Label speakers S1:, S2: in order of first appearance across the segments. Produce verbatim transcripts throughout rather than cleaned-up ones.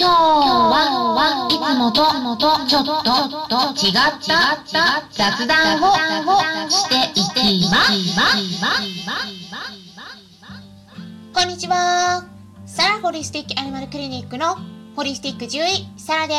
S1: 今日はいつもとちょっと違った雑談をしていきます。
S2: こんにちは。サラホリスティックアニマルクリニックのホリスティック獣医サラです。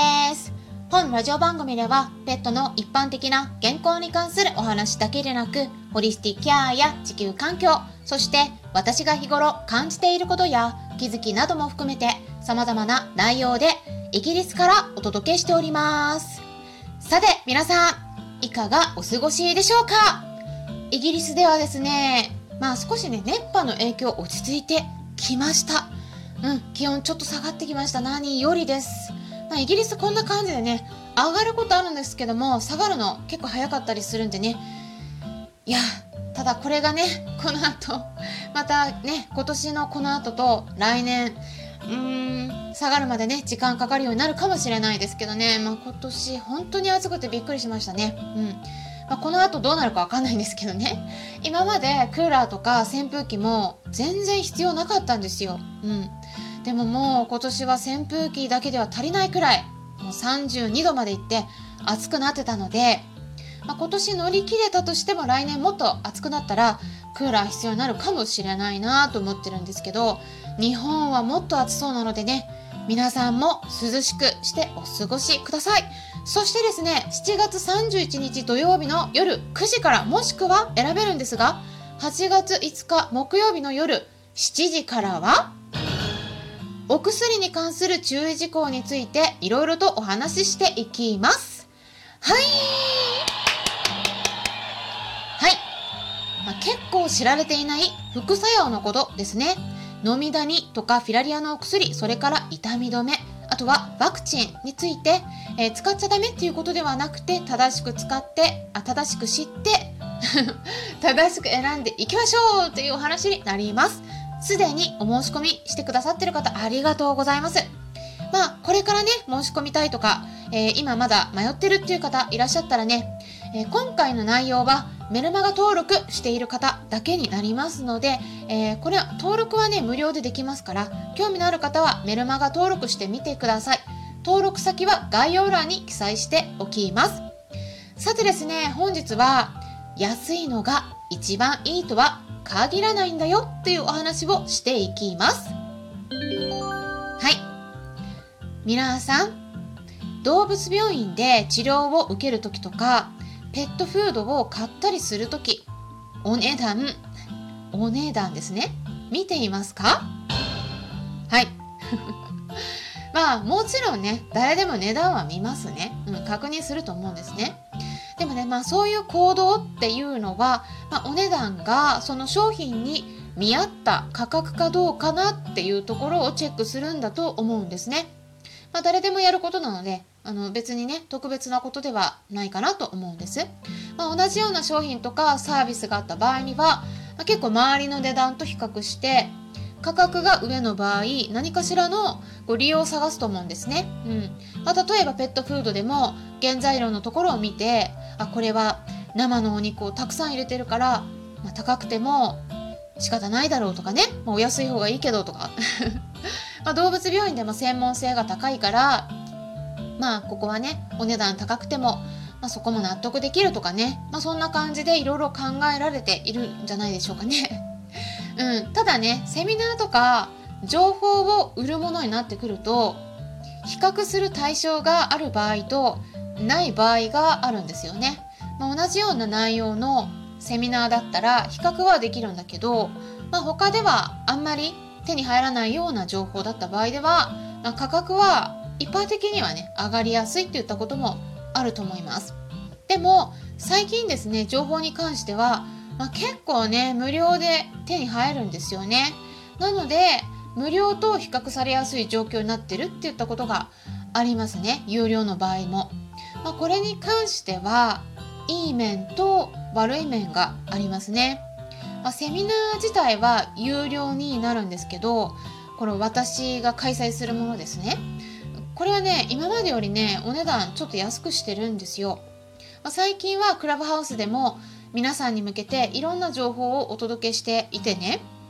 S2: 本ラジオ番組ではペットの一般的な健康に関するお話だけでなく、ホリスティックケアや地球環境、そして私が日頃感じていることや気づきなども含めて様々な内容でイギリスからお届けしております。さて皆さん、いかがお過ごしでしょうか。イギリスではですね、まあ少しね、熱波の影響落ち着いてきました。うん、気温ちょっと下がってきました。何よりです。まあ、イギリスこんな感じでね、上がることあるんですけども、下がるの結構早かったりするんでね。いや、ただこれがね、この後、またね、今年のこの後と来年、うーん、下がるまでね、時間かかるようになるかもしれないですけどね。まあ、今年本当に暑くてびっくりしましたね。うん。まあ、この後どうなるかわかんないんですけどね。今までクーラーとか扇風機も全然必要なかったんですよ。うん。でももう今年は扇風機だけでは足りないくらい、もうさんじゅうにどまでいって暑くなってたので、まあ、今年乗り切れたとしても来年もっと暑くなったらクーラー必要になるかもしれないなと思ってるんですけど、日本はもっと暑そうなのでね、皆さんも涼しくしてお過ごしください。そしてですね、しちがつさんじゅういちにち土曜日の夜くじから、もしくは選べるんですが、はちがついつか木曜日の夜しちじからはお薬に関する注意事項についていろいろとお話ししていきます。はい。はい。まあ、結構知られていない副作用のことですね。飲みダニとかフィラリアのお薬、それから痛み止め、あとはワクチンについて、えー、使っちゃダメっていうことではなくて、正しく使って、あ正しく知って正しく選んでいきましょうというお話になります。すでにお申し込みしてくださっている方、ありがとうございます。まあ、これからね、申し込みたいとか、えー、今まだ迷ってるっていう方いらっしゃったらね、えー、今回の内容はメルマガ登録している方だけになりますので、えー、これは登録はね、無料でできますから、興味のある方はメルマガ登録してみてください。登録先は概要欄に記載しておきます。さてですね、本日は安いのが一番いいとは限らないんだよっていうお話をしていきます。はい。皆さん、動物病院で治療を受けるときとか、ペットフードを買ったりするとき、お値段、お値段ですね。見ていますか？はい。まあ、もちろんね、誰でも値段は見ますね。うん、確認すると思うんですね。でもね、まあそういう行動っていうのは、まあ、お値段がその商品に見合った価格かどうかなっていうところをチェックするんだと思うんですね。まあ誰でもやることなので、あの別にね、特別なことではないかなと思うんです。まあ、同じような商品とかサービスがあった場合には、まあ、結構周りの値段と比較して、価格が上の場合、何かしらのこう利用を探すと思うんですね。うん。まあ、例えばペットフードでも原材料のところを見て、あ、これは生のお肉をたくさん入れてるから、まあ、高くても仕方ないだろうとかね、まあ、お安い方がいいけどとかまあ動物病院でも専門性が高いから、まあここはね、お値段高くても、まあ、そこも納得できるとかね、まあ、そんな感じでいろいろ考えられているんじゃないでしょうかねうん、ただね、セミナーとか情報を売るものになってくると、比較する対象がある場合とない場合があるんですよね。まあ、同じような内容のセミナーだったら比較はできるんだけど、まあ、他ではあんまり手に入らないような情報だった場合では、まあ、価格は一般的にはね、上がりやすいっていったこともあると思います。でも最近ですね、情報に関しては、まあ、結構ね、無料で手に入るんですよね。なので無料と比較されやすい状況になってるっていったことがありますね、有料の場合も。まあ、これに関してはいい面と悪い面がありますね。まあ、セミナー自体は有料になるんですけど、この私が開催するものですね、これはね、今までよりね、お値段ちょっと安くしてるんですよ。まあ、最近はクラブハウスでも皆さんに向けていろんな情報をお届けしていてね、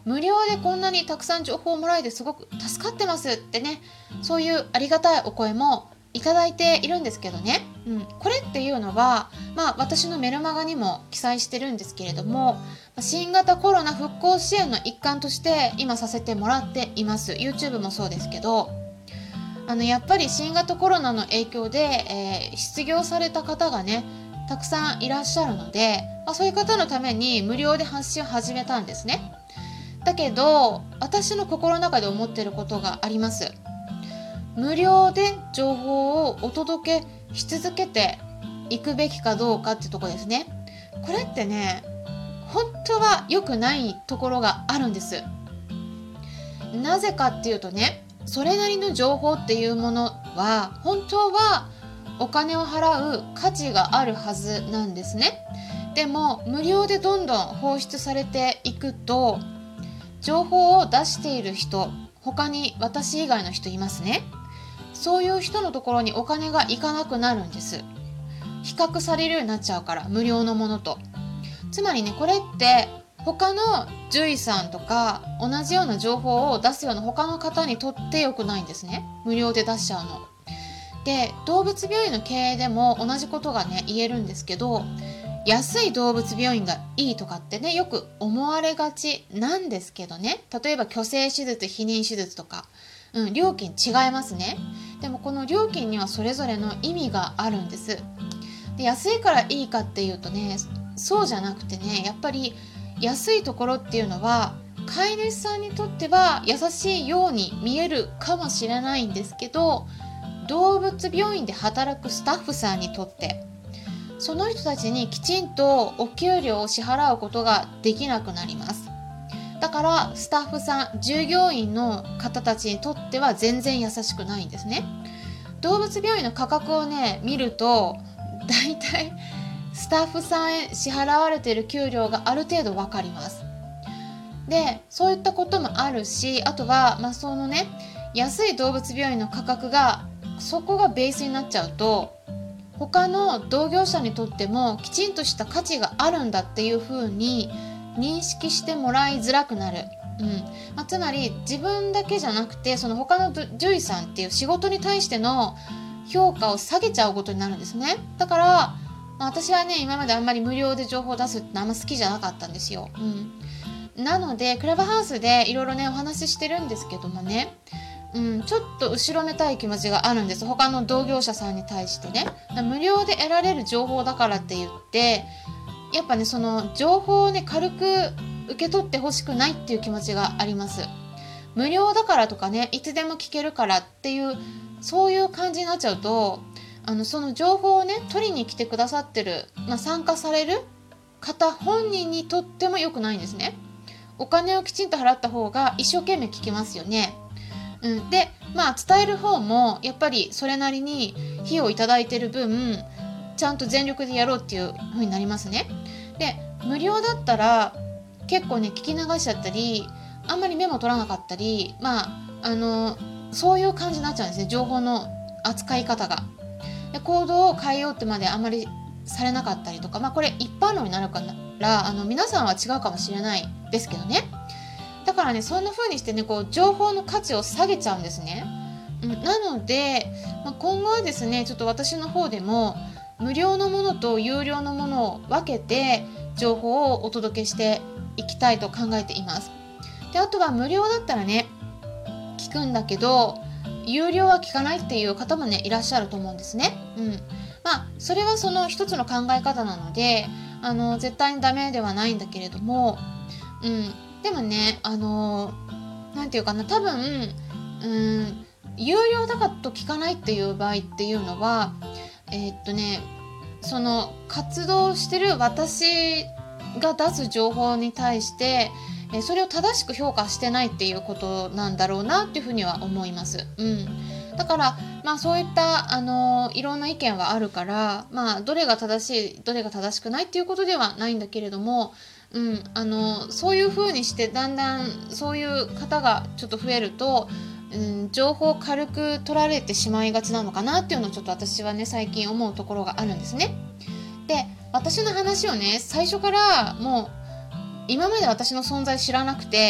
S2: 無料でこんなにたくさん情報をもらえてすごく助かってますってね、そういうありがたいお声もいただいているんですけどね、うん、これっていうのは、まあ、私のメルマガにも記載してるんですけれども、新型コロナ復興支援の一環として今させてもらっています。 YouTube もそうですけど、あのやっぱり新型コロナの影響で、えー、失業された方がねたくさんいらっしゃるので、まあ、そういう方のために無料で発信を始めたんですね。だけど私の心の中で思っていることがあります。無料で情報をお届けし続けていくべきかどうかってとこですね。これってね本当は良くないところがあるんです。なぜかっていうとね、それなりの情報っていうものは本当はお金を払う価値があるはずなんですね。でも無料でどんどん放出されていくと、情報を出している人、他に私以外の人いますね。そういう人のところにお金がいかなくなるんです。比較されるようになっちゃうから、無料のものと。つまりね、これって他の獣医さんとか同じような情報を出すような他の方にとって良くないんですね。無料で出しちゃうので、動物病院の経営でも同じことがね言えるんですけど、安い動物病院がいいとかってねよく思われがちなんですけどね、例えば去勢手術、避妊手術とか、うん、料金違いますね。でもこの料金にはそれぞれの意味があるんです。で、安いからいいかっていうとね、そうじゃなくてね、やっぱり安いところっていうのは飼い主さんにとっては優しいように見えるかもしれないんですけど、動物病院で働くスタッフさんにとってその人たちにきちんとお給料を支払うことができなくなります。だからスタッフさん、従業員の方たちにとっては全然優しくないんですね。動物病院の価格をね見ると、だいたいスタッフさんへ支払われている給料がある程度わかります。で、そういったこともあるし、あとは、まあ、そのね安い動物病院の価格がそこがベースになっちゃうと、他の同業者にとってもきちんとした価値があるんだっていう風に認識してもらいづらくなる、うんまあ、つまり自分だけじゃなくて、その他の獣医さんっていう仕事に対しての評価を下げちゃうことになるんですね。だから、まあ、私はね今まであんまり無料で情報を出すってあんま好きじゃなかったんですよ、うん、なのでクラブハウスでいろいろねお話ししてるんですけどもね、うん、ちょっと後ろめたい気持ちがあるんです。他の同業者さんに対してね、無料で得られる情報だからって言ってやっぱねその情報をね軽く受け取ってほしくないっていう気持ちがあります。無料だからとかね、いつでも聞けるからっていうそういう感じになっちゃうと、あのその情報をね取りに来てくださってる、まあ、参加される方本人にとっても良くないんですね。お金をきちんと払った方が一生懸命聞きますよね。うん、で、まあ伝える方もやっぱりそれなりに費用いただいてる分ちゃんと全力でやろうっていう風になりますね。で、無料だったら結構ね聞き流しちゃったり、あんまりメモ取らなかったり、まああのそういう感じになっちゃうんですね、情報の扱い方が。で、行動を変えようってまであんまりされなかったりとか、まあこれ一般論になるからあの皆さんは違うかもしれないですけどね。だからね、そんな風にしてねこう情報の価値を下げちゃうんですね。うん、なので、まあ、今後はですねちょっと私の方でも無料のものと有料のものを分けて情報をお届けしていきたいと考えています。で、あとは無料だったらね聞くんだけど有料は聞かないっていう方もねいらっしゃると思うんですね。うん、まあそれはその一つの考え方なのであの絶対にダメではないんだけれども、うん、でもねあのなんていうかな、多分うん有料だからと聞かないっていう場合っていうのはえー、っとねその活動してる私が出す情報に対してえそれを正しく評価してないっていうことなんだろうなっていうふうには思います。うん、だからまあそういったあのいろんな意見はあるから、まあどれが正しいどれが正しくないっていうことではないんだけれども、うん、あのそういうふうにしてだんだんそういう方がちょっと増えると、うん、情報を軽く取られてしまいがちなのかなっていうのをちょっと私はね最近思うところがあるんですね。で、私の話をね最初からもう今まで私の存在知らなくて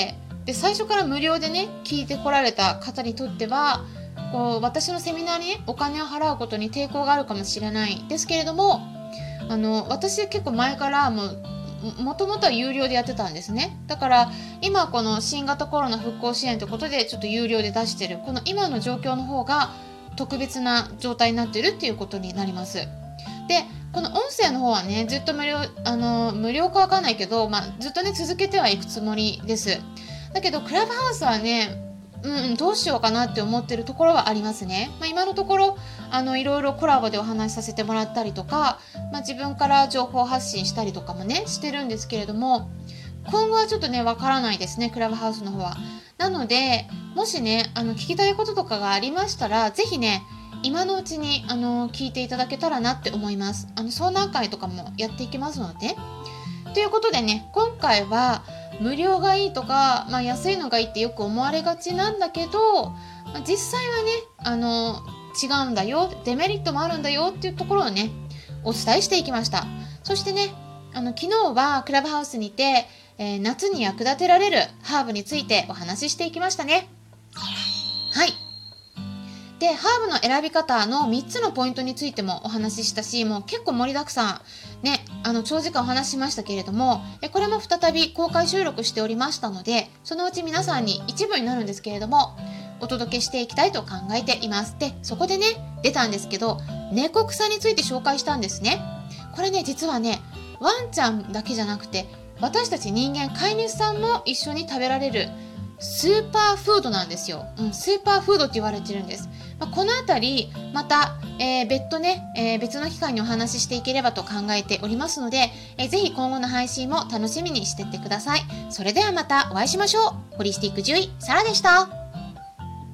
S2: で最初から無料でね聞いてこられた方にとってはこう私のセミナーにねお金を払うことに抵抗があるかもしれないですけれども、あの私結構前からもうもともとは有料でやってたんですね。だから今この新型コロナ復興支援ということでちょっと有料で出してるこの今の状況の方が特別な状態になってるっていうことになります。でこの音声の方はねずっと無料あの無料かわかんないけど、まあ、ずっとね続けてはいくつもりです。だけどクラブハウスはねうん、どうしようかなって思ってるところはありますね。まあ、今のところあのいろいろコラボでお話しさせてもらったりとか、まあ、自分から情報発信したりとかもねしてるんですけれども、今後はちょっとねわからないですね、クラブハウスの方は。なのでもしねあの聞きたいこととかがありましたらぜひね今のうちにあの聞いていただけたらなって思います。あの相談会とかもやっていきますので。ということでね今回は無料がいいとか、まあ、安いのがいいってよく思われがちなんだけど、まあ、実際はねあの違うんだよ、デメリットもあるんだよっていうところをねお伝えしていきました。そしてねあの昨日はクラブハウスにて、えー、夏に役立てられるハーブについてお話ししていきましたね。はい。でハーブの選び方のみっつのポイントについてもお話ししたし、もう結構盛りだくさんねあの長時間お話ししましたけれども、これも再び公開収録しておりましたので、そのうち皆さんに一部になるんですけれどもお届けしていきたいと考えています。でそこでね出たんですけど、猫草について紹介したんですね。これね実はねワンちゃんだけじゃなくて私たち人間飼い主さんも一緒に食べられるスーパーフードなんですよ、うん、スーパーフードって言われてるんです。まあ、このあたりまた、えー、別途ね、えー、別の機会にお話ししていければと考えておりますので、えー、ぜひ今後の配信も楽しみにしてってください。それではまたお会いしましょう。ホリスティック獣医サラでした。